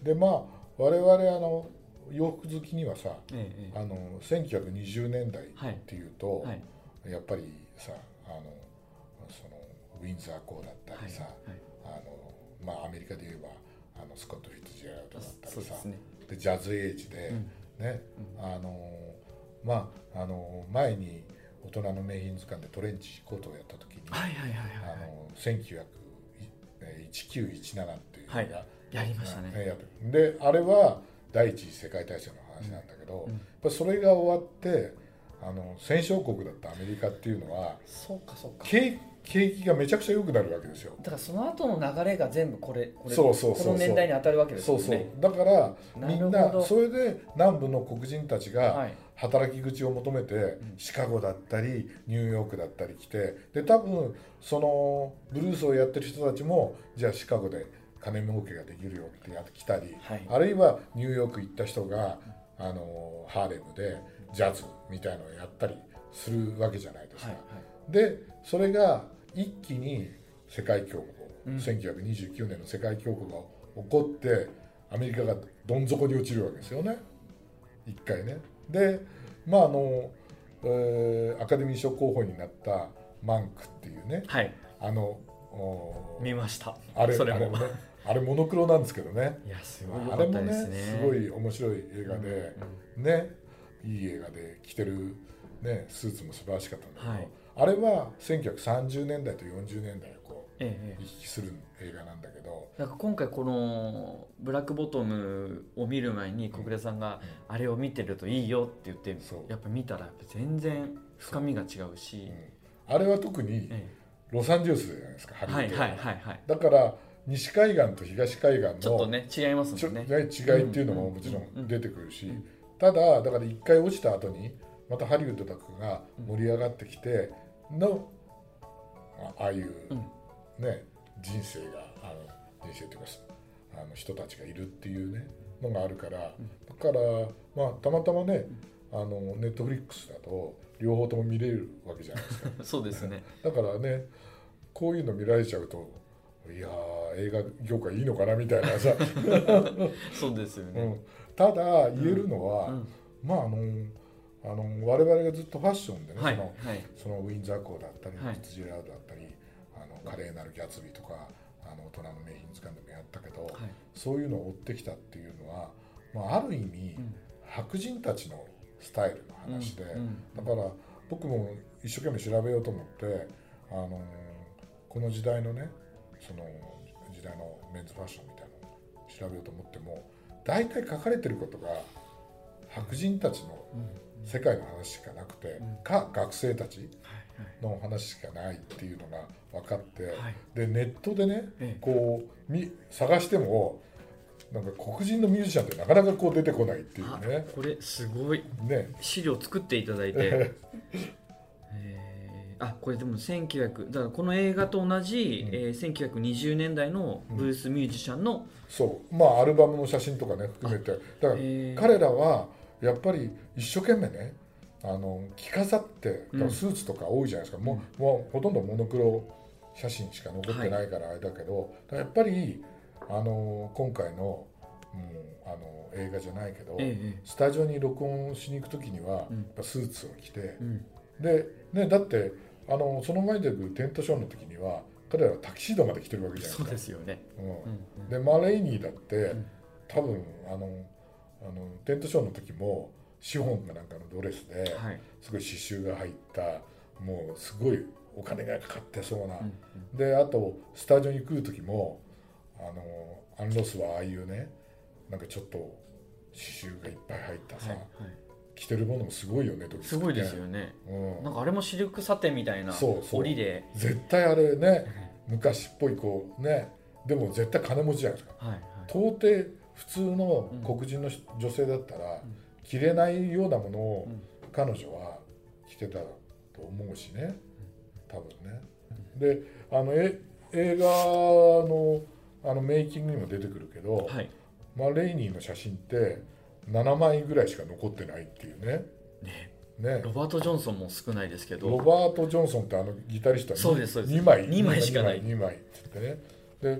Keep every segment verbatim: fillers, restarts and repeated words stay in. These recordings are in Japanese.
でまあ我々あの洋服好きにはさ、 ええ、 あのせんきゅうひゃくにじゅうねんだいっていうと、 はいはい、 やっぱりさあのそのウィンザー校だったりさ、はいはい、あのまあ、アメリカで言えばあのスコット・フィッツジェラルドだったりさ、ね、でジャズエイジで、うんねうん、あのまああの前に大人の名品図鑑でトレンチコートをやった時にせんきゅうひゃくじゅうきゅう じゅうななっていうのが、 はい、やりましたね。 やであれは第一次世界大戦の話なんだけど、うん、やっぱそれが終わってあの戦勝国だったアメリカっていうのはそうかそうか景気がめちゃくちゃ良くなるわけですよ。 だからその後の流れが全部これこれそうそうそうそうこの年代に当たるわけですよね。 そうそうだからみんなそれで南部の黒人たちが働き口を求めて、はい、シカゴだったりニューヨークだったり来て、で多分そのブルースをやってる人たちもじゃあシカゴで金儲けができるよってやってきたり、はい、あるいはニューヨーク行った人があのハーレムでジャズみたいのをやったりするわけじゃないですか、はいはい、でそれが一気に世界恐慌、うん、せんきゅうひゃくにじゅうきゅうねんの世界恐慌が起こってアメリカがどん底に落ちるわけですよね一回ね。でまああの、えー、アカデミー賞候補になったマンクっていうね、 はい、 あの見ましたあれそれもあれもねあれモノクロなんですけどね、 いやすごい良かったですね。 あれもねすごい面白い映画で、うんうん、ねいい映画で着てる、ね、スーツも素晴らしかったんだけど、はい、あれはせんきゅうひゃくさんじゅうねんだいとよんじゅうねんだいをこう、ええ、行き来する映画なんだけど、 なんか今回このブラックボトムを見る前に小暮さんがあれを見てるといいよって言って、うん、やっぱ見たら全然深みが違うし、 うん、あれは特にロサンゼルスじゃないですか、ハリウッド、 はいはいはいはい、 だから西海岸と東海岸のちょっとね違いますもんね、 違いっていうのももちろん出てくるし、うんうんうん、ただだから一回落ちた後にまたハリウッドとかが盛り上がってきてのああいうね人生があの人生というかあの人たちがいるっていうねのがあるから、だからまあたまたまねあのネットフリックスだと両方とも見れるわけじゃないですかそうですねだからねこういうの見られちゃうといや映画業界いいのかなみたいなさそうですよね、うん、 ただ言えるのは、うんうん、まああのあの我々がずっとファッションでね、はい、そのはい、そのウィンザーコーだったり、はい、フィッツジェラルドだったりあの華麗なるギャツビーとかあの大人の名品図鑑でもやったけど、はい、そういうのを追ってきたっていうのは、まあ、ある意味、うん、白人たちのスタイルの話で、うんうん、だから僕も一生懸命調べようと思ってあのこの時代のねその時代のメンズファッションみたいなのを調べようと思っても大体書かれてることが白人たちの世界の話しかなくて、うん、か学生たちの話しかないっていうのが分かって、はい、でネットでね、ええ、こうみ探してもなんか黒人のミュージシャンってなかなかこう出てこないっていうね。 これすごい、ね、資料作っていただいてえー、あこれでもせんきゅうひゃくだからこの映画と同じ、うんえー、せんきゅうひゃくにじゅうねんだいのブルースミュージシャンの、うん、そうまあアルバムの写真とかね含めてだから彼らはやっぱり一生懸命ねあの着飾ってスーツとか多いじゃないですか、うん、もう、もうほとんどモノクロ写真しか残ってないからあれだけど、はい、やっぱりあの今回の、うん、あの映画じゃないけど、ええ、スタジオに録音しに行く時には、うん、やっぱスーツを着て、うん、で、ね、だってあのその前で行くテントショーの時には彼らはタキシードまで着てるわけじゃないですか。 そうですよね、 うんうんうん、でマレイニーだって、うん、多分あのあのテントショーの時もシフォンかなんかのドレスで、はい、すごい刺繍が入ったもうすごいお金がかかってそうな、うんうん、であとスタジオに来る時もあのアンロスはああいうねなんかちょっと刺繍がいっぱい入ったさ、はいはい、着てるものもすごいよねとすごいですよね、うん、なんかあれもシルクサテンみたいな織で絶対あれね昔っぽいこうねでも絶対金持ちじゃないですか、はいはい、到底普通の黒人の女性だったら、うん、着れないようなものを彼女は着てたと思うしね多分ね、うん、であのえ映画のあのメイキングにも出てくるけど、はい、マレイニーの写真ってななまいぐらいしか残ってないっていうね。 ねねロバート・ジョンソンも少ないですけどロバート・ジョンソンってあのギタリストは 2, そうですそうですにまいにまいしかないにまいって言ってねで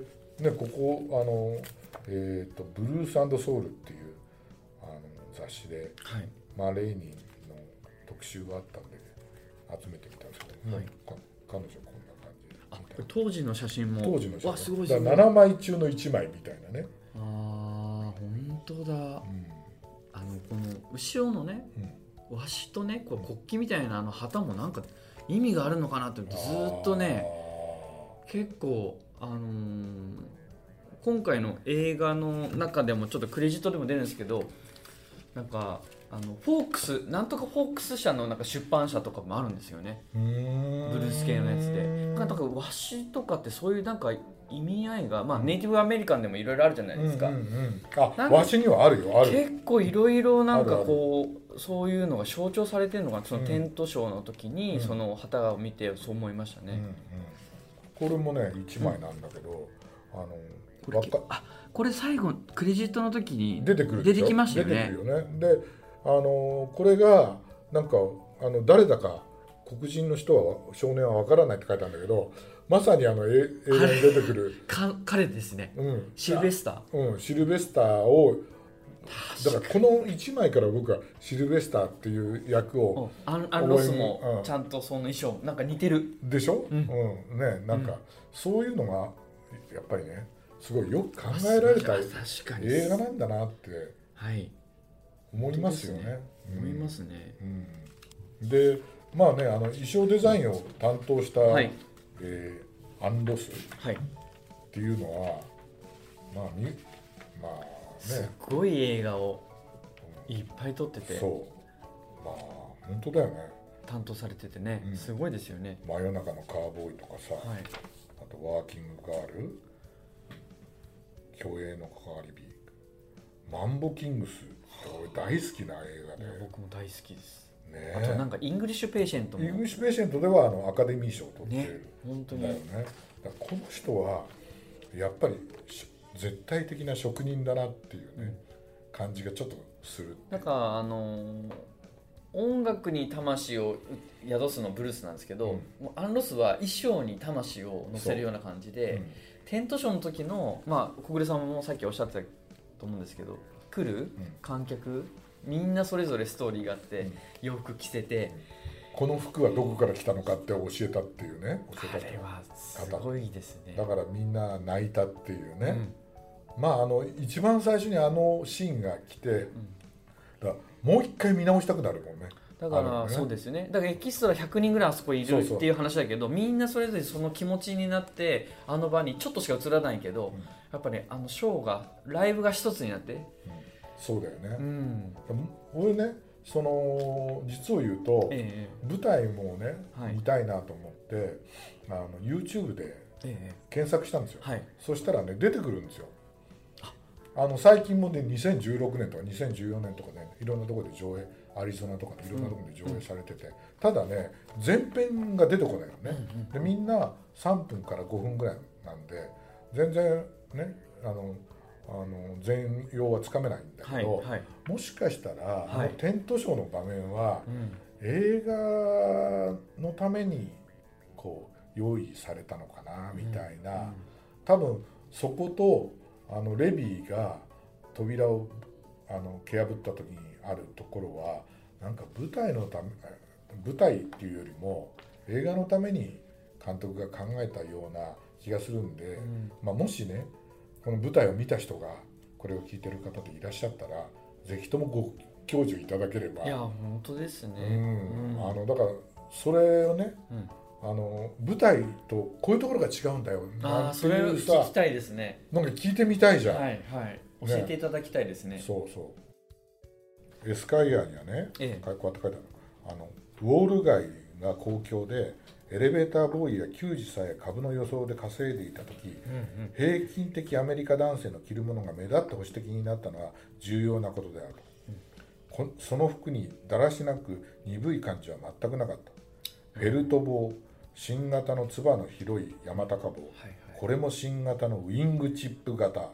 ね、ここあの、えーと、ブルース&ソウルっていうあの雑誌で、はい、マーレイニーの特集があったんで集めてみたんですけど、はい、彼女こんな感じ。 あ、これ当時の写真も。 当時の写真。 わ、すごいすごい。 だからななまい中のいちまいみたいなね。 ああ、本当だ。うん、あのこの後ろのね、うん、和紙とね、こう国旗みたいなあの旗もなんか意味があるのかなってずっとね、結構あのー、今回の映画の中でもちょっとクレジットでも出るんですけど、なんかあのフォークスなんとかフォークス社のなんか出版社とかもあるんですよね。ブルース系のやつで、なんか和紙とかってそういうなんか意味合いが、まあ、ネイティブアメリカンでもいろいろあるじゃないですか。うんうんうん、 あ、和紙にはあるよ。ある。 結構いろいろなんかこうあるある、そういうのが象徴されてるのがそのテントショーの時にその旗を見てそう思いましたね。うんうん、 これもねいちまいなんだけど、うん、あのこれあこれ最後クレジットの時に出てくる出てきましたよね。 出てくるよね。で、あのこれがなんかあの誰だか黒人の人は少年はわからないって書いてあるんだけど、まさにあの映画に出てくる彼ですね、うん、シルベスター、うん、シルベスターをだからこのいちまいから僕はシルベスターっていう役をアン、アンロスもちゃんとその衣装なんか似てるでしょ、うん、うん、ね、なんかそういうのがやっぱりねすごいよく考えられた映画なんだなって思いますよね。 はい、思いますね。 うん、でまあね、あの衣装デザインを担当した、はい、えー、アン・ロスっていうのは、はい、まあみまあね、 すごい映画をいっぱい撮ってて、うん、 そうまあ本当だよね、 担当されててね、うん、すごいですよね。 真夜中のカーボーイとかさ、はい、あとワーキングガール、競泳の関わり火、マンボキングスって大好きな映画で、 僕も大好きです。 ね、 あとなんかイングリッシュペーシェントもイングリッシュペーシェントではあのアカデミー賞を取ってる、 ね、本当にだよね。だからこの人はやっぱり絶対的な職人だなっていうね、うん、感じがちょっとする。 なんかあのー、音楽に魂を宿すのブルースなんですけど、うん、アン・ロスは衣装に魂を乗せるような感じで、うん、テントショーの時の、まあ、小暮さんもさっきおっしゃってたと思うんですけど、来る観客みんなそれぞれストーリーがあって、うん、洋服着せて、 この服はどこから来たのかって教えたっていうね、教えたあれはすごいですね。 だからみんな泣いたっていうね、うん、まああの一番最初にあのシーンが来て、うん、だもう一回見直したくなるもんね。 だから、ね、そうですよね。だからエキストラひゃくにんぐらいあそこいるっていう話だけど、みんなそれぞれその気持ちになってあの場にちょっとしか映らないけど、うん、やっぱり、ね、あのショーがライブが一つになって、うん、 そうだよね、うん、俺ねその実を言うと、ええ、舞台もね、はい、見たいなと思ってあの YouTube で検索したんですよ、はい、そしたらね出てくるんですよ。あの最近もねにせんじゅうろくねんとかにせんじゅうよねんとかねいろんなところで上映、アリゾナとかいろんなところで上映されてて、うん、ただね前編が出てこないのね、うんうん、でみんなさんぷんからごふんぐらいなんで全然ねあのあの全容はつかめないんだけど、はいはい、もしかしたら、はい、あのテントショーの場面は、うん、映画のためにこう用意されたのかなみたいな、うんうん、多分そことあのレビーが扉をあの蹴破った時にあるところはなんか舞台のため舞台っていうよりも映画のために監督が考えたような気がするんで、うん、まあ、もしねこの舞台を見た人がこれを聞いてる方でいらっしゃったらぜひともご教授いただければ。 いや本当ですね、 うんうん、あのだからそれをね、うん、あの舞台とこういうところが違うんだよなんていうさ、それを聞きたいですね。 なんか聞いてみたいじゃん。 はいはい、教えていただきたいですね。 そうそうエスカイアにはね、ええ、こうやって書いてあるあのウォール街が公共でエレベーターボーイや給仕さえ株の予想で稼いでいた時、うんうん、平均的アメリカ男性の着るものが目立って保守的になったのは重要なことであると、うん、その服にだらしなく鈍い感じは全くなかった、うん、フェルト帽、新型のつばの広い山高帽、はいはい、これも新型のウィングチップ型、はい、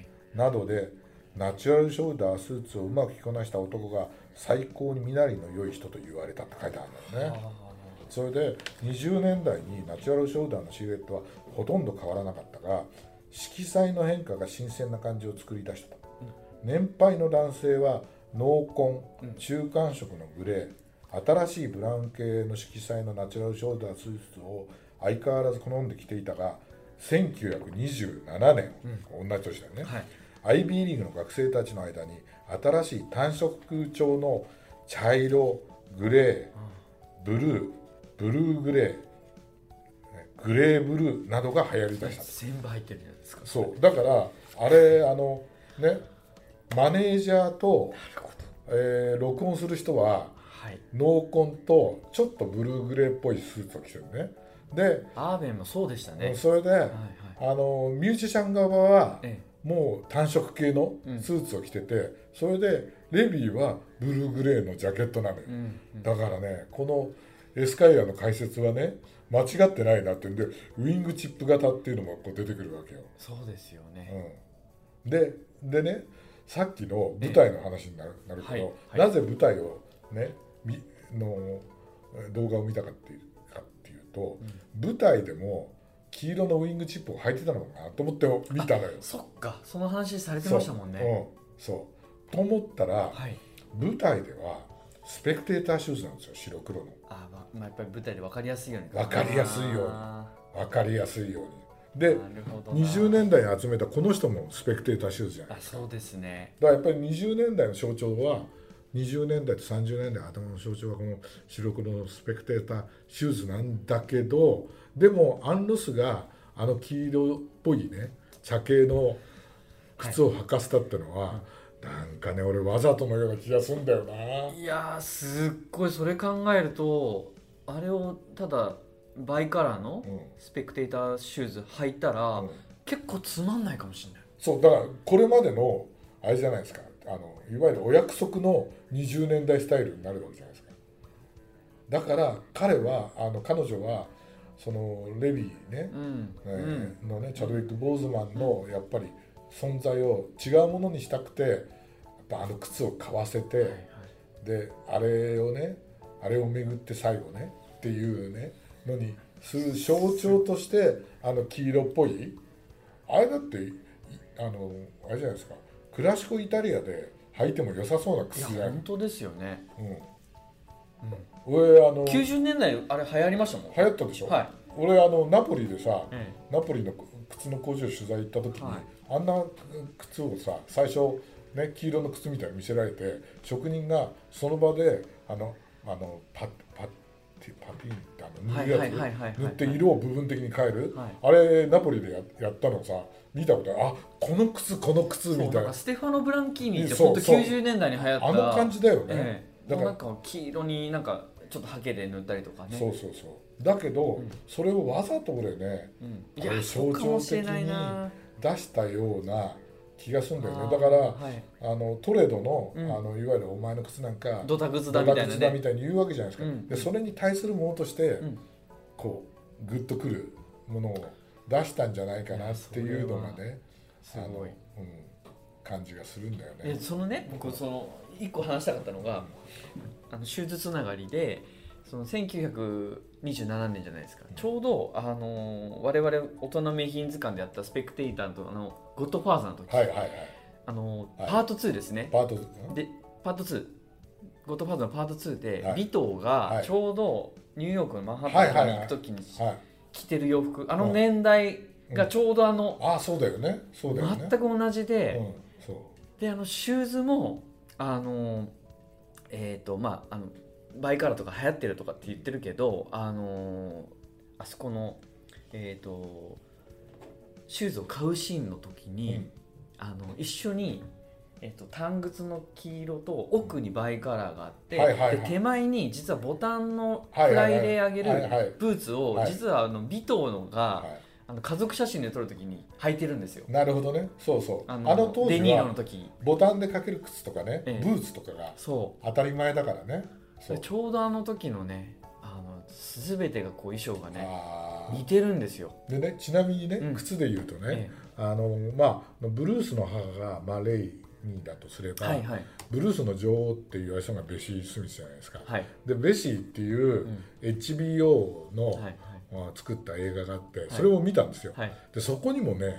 などでナチュラルショルダースーツをうまく着こなした男が最高に身なりの良い人と言われたって書いてあるんだよね。それでにじゅうねんだいにナチュラルショルダーのシルエットはほとんど変わらなかったが色彩の変化が新鮮な感じを作り出したと、うん、年配の男性は濃紺、中間色のグレー、新しいブラウン系の色彩のナチュラルショルダースーツを相変わらず好んで着ていたが、せんきゅうひゃくにじゅうななねん、うん、同じ年だよね、はい、アイビーリーグの学生たちの間に新しい単色調の茶色、グレー、ブルー、ブルーグレー、グレーブルーなどが流行りだした。 全部入ってるじゃないですか。 そうだからあれあのねマネージャーと、えー、録音する人は、はい、濃紺とちょっとブルーグレーっぽいスーツを着てるね。でアーベンもそうでしたね。 それで、はいはい、あのミュージシャン側は、ええ、もう単色系のスーツを着てて、うん、それでレビーはブルーグレーのジャケットなのよ、うんうん、だからねこのエスカイアの解説はね間違ってないなっていうんで、ウィングチップ型っていうのもこう出てくるわけよ。 そうですよね、 うん、ででねさっきの舞台の話になる、なるけど、はいはい、なぜ舞台をねの動画を見たかっていうかっていうと、うん、舞台でも黄色のウィングチップを履いてたのかなと思って見たのよ。 そっか、その話されてましたもんね。 そう、うん、そうと思ったら、はい、舞台ではスペクテーターシューズなんですよ、白黒の。 あ、まあ、やっぱり舞台で分かりやすいように分かりやすいように分かりやすいようにでにじゅうねんだいに集めたこの人もスペクテーターシューズじゃないですか。 あ、そうですね。 だからやっぱりにじゅうねんだいの象徴はにじゅうねんだいとさんじゅうねんだい頭の象徴はこの白黒のスペクテーターシューズなんだけど、でもアン・ロスがあの黄色っぽいね茶系の靴を履かせたってのは、はい、なんかね俺わざとのような気がするんだよな。 いやーすっごいそれ考えるとあれをただバイカラーのスペクテーターシューズ履いたら、うん、結構つまんないかもしれない。 そうだからこれまでのあれじゃないですか、あのいわゆるお約束のにじゅうねんだいスタイルになるわけじゃないですか。だから彼はあの彼女はそのレビーね、うんえー、のねチャドウィック・ボーズマンのやっぱり存在を違うものにしたくてやっぱあの靴を買わせて、はいはい、であれをねあれを巡って最後ねっていうねのにする象徴としてあの黄色っぽいあれだってあのあれじゃないですか、クラシコイタリアで履いても良さそうな靴じゃない。 いや本当ですよね、うんうん、俺あのきゅうじゅうねんだいあれ流行りましたもん。 流行ったでしょ、はい、俺あのナポリでさ、ええ、ナポリの靴の工場取材行った時に、はい、あんな靴をさ最初ね黄色の靴みたいに見せられて職人がその場であのあのパッパッパティンってあの塗るやつ塗って色を部分的に変える、はい、あれナポリで や, やったのさ見たことある。あこの靴この靴みたいな。 ステファノ・ブランキーニって本当きゅうじゅうねんだいに流行ったあの感じだよね、 ええ、だからなんか黄色になんかちょっとハケで塗ったりとかね。 そうそうそうだけど、うん、それをわざと俺ね、うん、いや象徴的に出したような気がするんだよね。だから、はい、あのトレード の,、うん、あのいわゆるお前の靴なんかドタ靴だみたいな、ね、 ドタ靴だみたいに言うわけじゃないですか、うん、でそれに対するものとして、うん、こうグッとくるものを出したんじゃないかなっていうのがねあの、うん、感じがするんだよね。 えそのね僕その一個話したかったのが、あのシューズつながりでそのせんきゅうひゃくにじゅうななねんじゃないですか、うん、ちょうど、あのー、我々大人名品図鑑でやったスペクテーターとあのゴッドファーザーの時、はいはいはい、あのーはい、パートツーですね。 パートでパートツーゴッドファーザーのパートツーで、はい、ビトーがちょうどニューヨークのマンハッタンに行く時に着てる洋服、はいはいはいはい、あの年代がちょうどあの、 うん、あそうだよねそうだよね全く同じで、 うん、そうであのシューズもあのえっ、ー、とまああのバイカラーとか流行ってるとかって言ってるけど、あのー、あそこの、えーと、シューズを買うシーンの時に、うん、あの一緒に、えーと、短靴の黄色と奥にバイカラーがあって、はいはいはい、で手前に実はボタンのフライで上げるブーツを、はいはい、実はあのビトーのが、はい、あの家族写真で撮る時に履いてるんですよ。 なるほどね。そうそう。 あの、あの当時はデニーロの時ボタンでかける靴とかね、ええ、ブーツとかが当たり前だからね。 ちょうどあの時のねあの全てがこう衣装がね似てるんですよ。 でねちなみにね、うん、靴で言うとね、ええ、あのまあブルースの母がマレイニーだとすれば、はいはい、ブルースの女王って言われたのがベシー・スミスじゃないですか、はい、でベシーっていう、うん、エイチビーオー の、はいはいまあ、作った映画があってそれを見たんですよ、はい、でそこにもね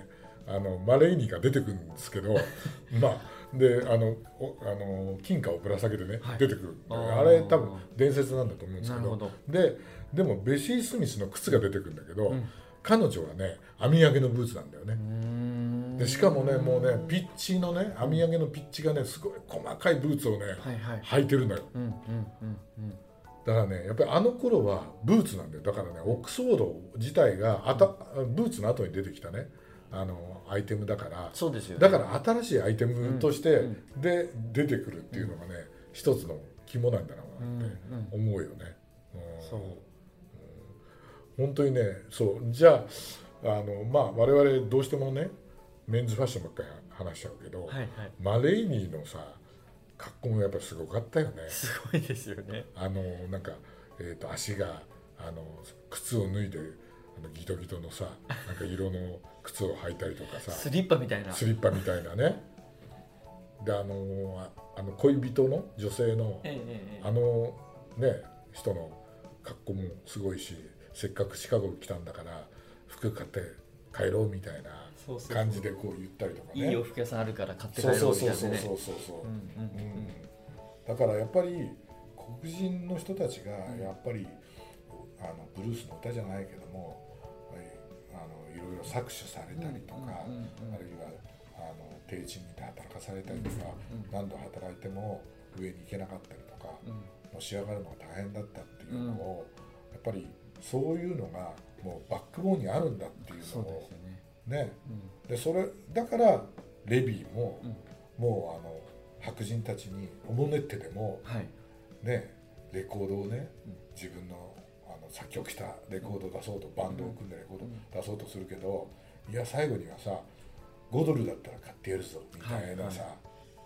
あのマレーニが出てくるんですけどまあであのあの金貨をぶら下げてね、はい、出てくるあれ多分伝説なんだと思うんですけど、どででもベシー・スミスの靴が出てくるんだけど、うん、彼女はね網上げのブーツなんだよね。でしかもねもうねピッチのね網上げのピッチがねすごい細かいブーツをね、はいはい、履いてるのよ。だからねやっぱりあの頃はブーツなんだよ。だからねオックスフォード自体があたブーツの後に出てきたねあのアイテムだから、 そうですよね、 だから新しいアイテムとして、うん、で出てくるっていうのがね、うん、一つの肝なんだなって思うよね。うんうん、そう、うん、本当にねそうじゃあ、あのまあ我々どうしてもねメンズファッションばっかり話しちゃうけど、はいはい、マレーニーのさ格好もやっぱりすごかったよね。 すごいですよね。 あのなんか、えーと、足があの靴を脱いであのギトギトのさなんか色の靴を履いたりとかさスリッパみたいなスリッパみたいなね。であのあの恋人の女性の、ええ、あのね人の格好もすごいし、せっかくシカゴ来たんだから服買って帰ろうみたいな感じでこう言ったりとかね。 いい洋服屋さんあるから買って帰ろうみたいなね。 そうそうそうそうそうそう。だからやっぱり黒人の人たちがやっぱり、うん、あのブルースの歌じゃないけどもあのいろいろ搾取されたりとか、うんうんうんうん、あるいはあの低賃金で働かされたりとか、うんうん、何度働いても上に行けなかったりとか、うん、のし上がるのが大変だったっていうのを、うん、やっぱりそういうのがもうバックボーンにあるんだっていうのをね、ね、うん、でそれだからレビーも、うん、もうあの白人たちにおもねってでも、はい、ねレコードをね、うん、自分の作曲したレコード出そうとバンドを組んでレコード出そうとするけど、いや最後にはさごドルだったら買ってやるぞみたいなさ、はいはい、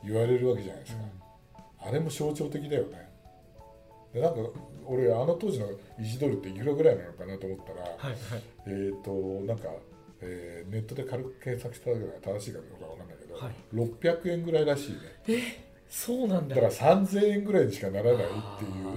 言われるわけじゃないですか、うん、あれも象徴的だよね。でなんか俺あの当時のいちドルっていくらぐらいなのかなと思ったら、はいはい、えっとなんか、えー、ネットで軽く検索しただけが正しいかどうかわかんないけど、はい、ろっぴゃくえんぐらいらしいね。 えそうなんだ。 だからさんぜんえんぐらいにしかならないっていう、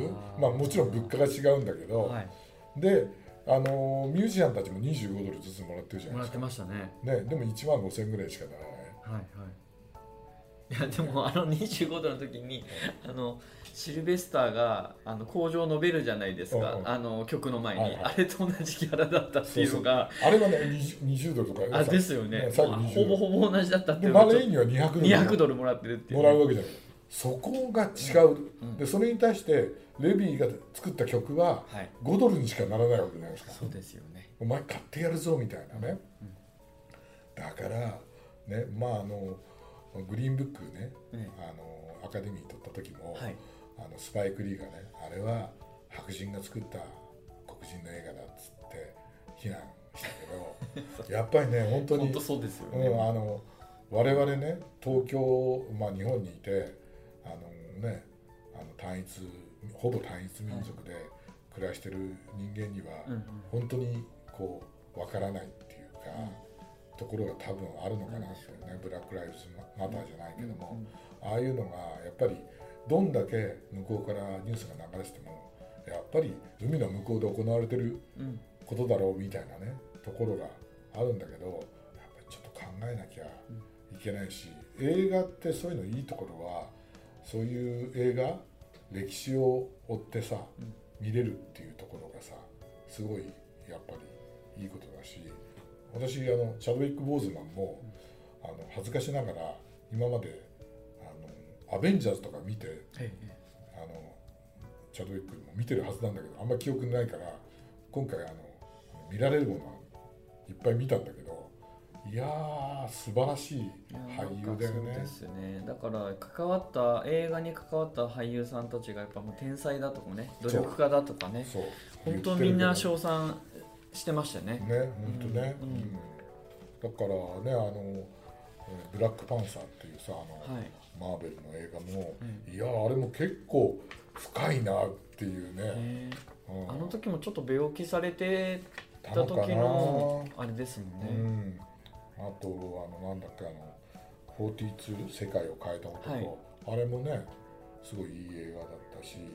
まあもちろん物価が違うんだけど、はい、であのミュージシャンたちもにじゅうごドルずつもらってるじゃないですか。 もらってましたね。 ねでもいちまんごせんぐらいしかならない。 はいはい。いやでもあのにじゅうごドルの時にあのシルベスターがあの口上を述べるじゃないですか、うんうん、あの曲の前に、はいはい、あれと同じキャラだったっていうのがそうそうあれはねにじゅうドルとかあですよね、ねまあ、ほぼほぼ同じだったっていうのがマレーにはにひゃくドルにひゃくドルもらってるっていう、 ね、もらうわけじゃない。そこが違う、うん、でそれに対してレビーが作った曲はごドルにしかならないわけじゃないですか、はい、 そうですよね。 お前買ってやるぞみたいなね、うん、だからねまああのグリーンブックね、うん、あのアカデミー取った時も、はい、あのスパイク・リーがねあれは白人が作った黒人の映画だっつって非難したけどやっぱりね本当に本当そうですよね、 うん、あの我々ね東京、まあ、日本にいてあのねあの単一ほぼ単一民族で暮らしてる人間には、うんうん、本当にこうわからないっていうか、うん、ところが多分あるのかなってね、ブラック・ライブズ・マターじゃないけども、うんうん、ああいうのがやっぱりどんだけ向こうからニュースが流れててもやっぱり海の向こうで行われてることだろうみたいなねところがあるんだけどやっぱりちょっと考えなきゃいけないし、映画ってそういうのいいところはそういう映画歴史を追ってさ、うん、見れるっていうところがさすごいやっぱりいいことだし、私あのチャドウィック・ボーズマンも、うん、あの恥ずかしながら今まであのアベンジャーズとか見て、はい、あのチャドウィックも見てるはずなんだけどあんまり記憶ないから今回あの見られるものはいっぱい見たんだけど、いやー素晴らしい俳優だよね。そうですね。 だから関わった映画に関わった俳優さんたちがやっぱもう天才だとかね努力家だとかね本当みんな称賛してましたね。 ね本当ね、うんうん、だからねあのブラックパンサーっていうさあの、はい、マーベルの映画も、うん、いやあれも結構深いなっていうね、 うん、あの時もちょっと病気されてた時のあれですもんね、うんあとあのなんだっけあのフォーティーツー世界を変えた男、はい、あれもねすごいいい映画だったし、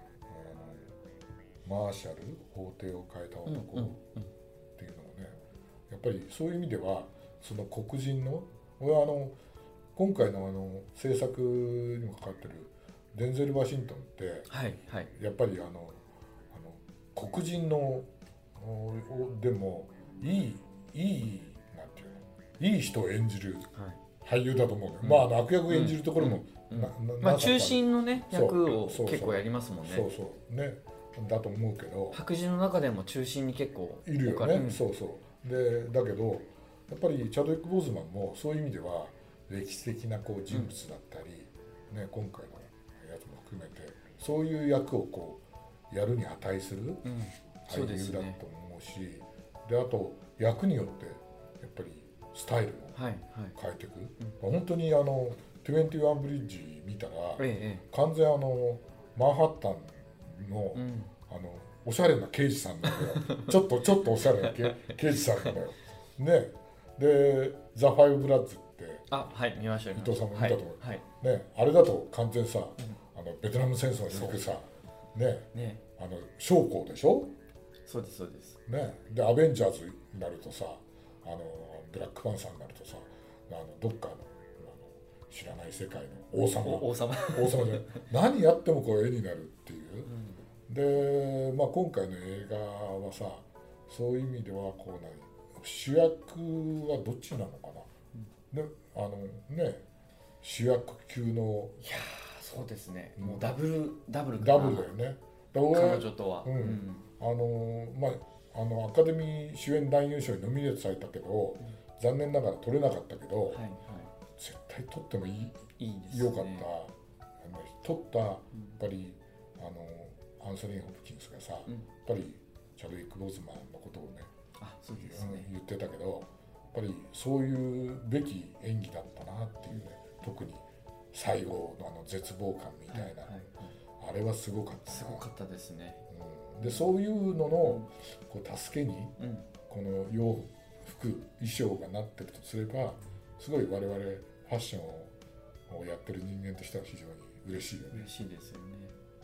あのマーシャル法廷を変えた男っていうのもね、やっぱりそういう意味ではその黒人の、俺はあの今回のあの制作にもかかってるデンゼル・ワシントンって、 はいはい、 やっぱりあのあの黒人のでもいいいいなんていうのいい人を演じる俳優だと思うね、うん、まああの悪役を演じるところも、 うんうんうんまあ、中心のね役を結構やりますもんね。 そうそうねだと思うけど、 白人の中でも中心に結構いるよね、うん、そうそうでだけどやっぱりチャドウィック・ボーズマンもそういう意味では歴史的なこう人物だったり、うんね、今回のやつも含めてそういう役をこうやるに値する俳優だと思うし、うんうね、であと役によってやっぱりスタイルも変えていく、はいはい、本当にあのにじゅういちブリッジ見たら、ええ、完全あのマンハッタンの、うん、あのおしゃれな刑事さんなんだよちょっとちょっとおしゃれな刑事さんなんだよね。でザ・ファイブ・ブラッズってあ、はい、見ました伊藤さんも見たと思う、 はいね、あれだと完全さ、うん、あのベトナム戦争に行くさ、ねね、あの将校でしょ。 そうですそうです、 ね、でアベンジャーズになるとさあのブラックパンサーになるとさあのどっかの知らない世界の王様王様王様で何やってもこう絵になるっていう、うん、で、まあ、今回の映画はさそういう意味ではこう何主役はどっちなのかな、うん、であのね主役級のいやそうですね、もうダブルダブルかなダブルだよね彼女とは、 うんうん、あのまああのアカデミー主演男優賞にノミネートされたけど、うん、残念ながら取れなかったけど、はいはい、絶対取ってもいい、いいですね、よかった。あの取ったやっぱり、うん、あのアンソニー・ホプキンスがさ、うん、やっぱりチャドウィック・ボーズマンのことをね、 あ、そうですね、 言ってたけど、やっぱりそういうべき演技だったなっていうね、特に最後のあの絶望感みたいな、はいはいはい、あれはすごかったな。 すごかったですね。 うん、でそういうののこう助けに、うん、この洋服衣装がなってるとすればすごい我々ファッションをやってる人間としては非常に嬉しいよね。 嬉しいですよね。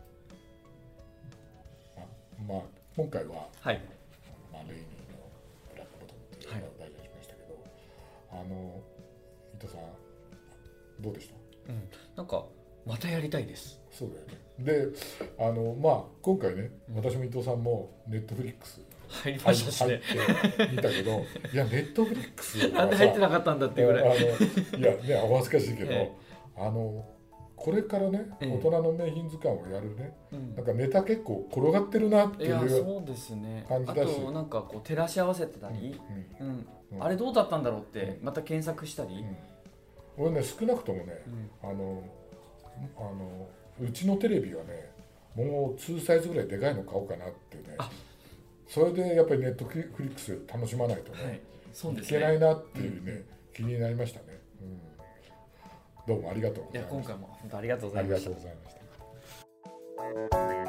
まあ、まあ、今回は、 はい、 まあ、レイニーのブラックボトムっていうのを題材にしましたけど、はい、あの伊藤さんどうでした？ うん、なんかまたやりたいです。 そうだよね。で、あのまあ今回ね、私も伊藤さんもネットフリックス入りましたしね。 入って見たけど、いやネットフリックスなんで入ってなかったんだっていうぐらい。 あのいやねお恥ずかしいけど、ええ、あのこれからね、ええ、大人の名品図鑑をやるね、うん、なんかネタ結構転がってるなっていう感じだし、 そうですね、あとなんかこう照らし合わせてたり、うんうんうん、あれどうだったんだろうってまた検索したり、 うん、俺ね少なくともね、うん、あのあのうちのテレビはねもうにサイズぐらいでかいの買おうかなってね、それでやっぱりネットフリックス楽しまないとね、はい、そうですね、いけないなっていうね、うん、気になりましたね、うん、どうもありがとうございました。 いや今回も本当ありがとうございました。 ありがとうございました。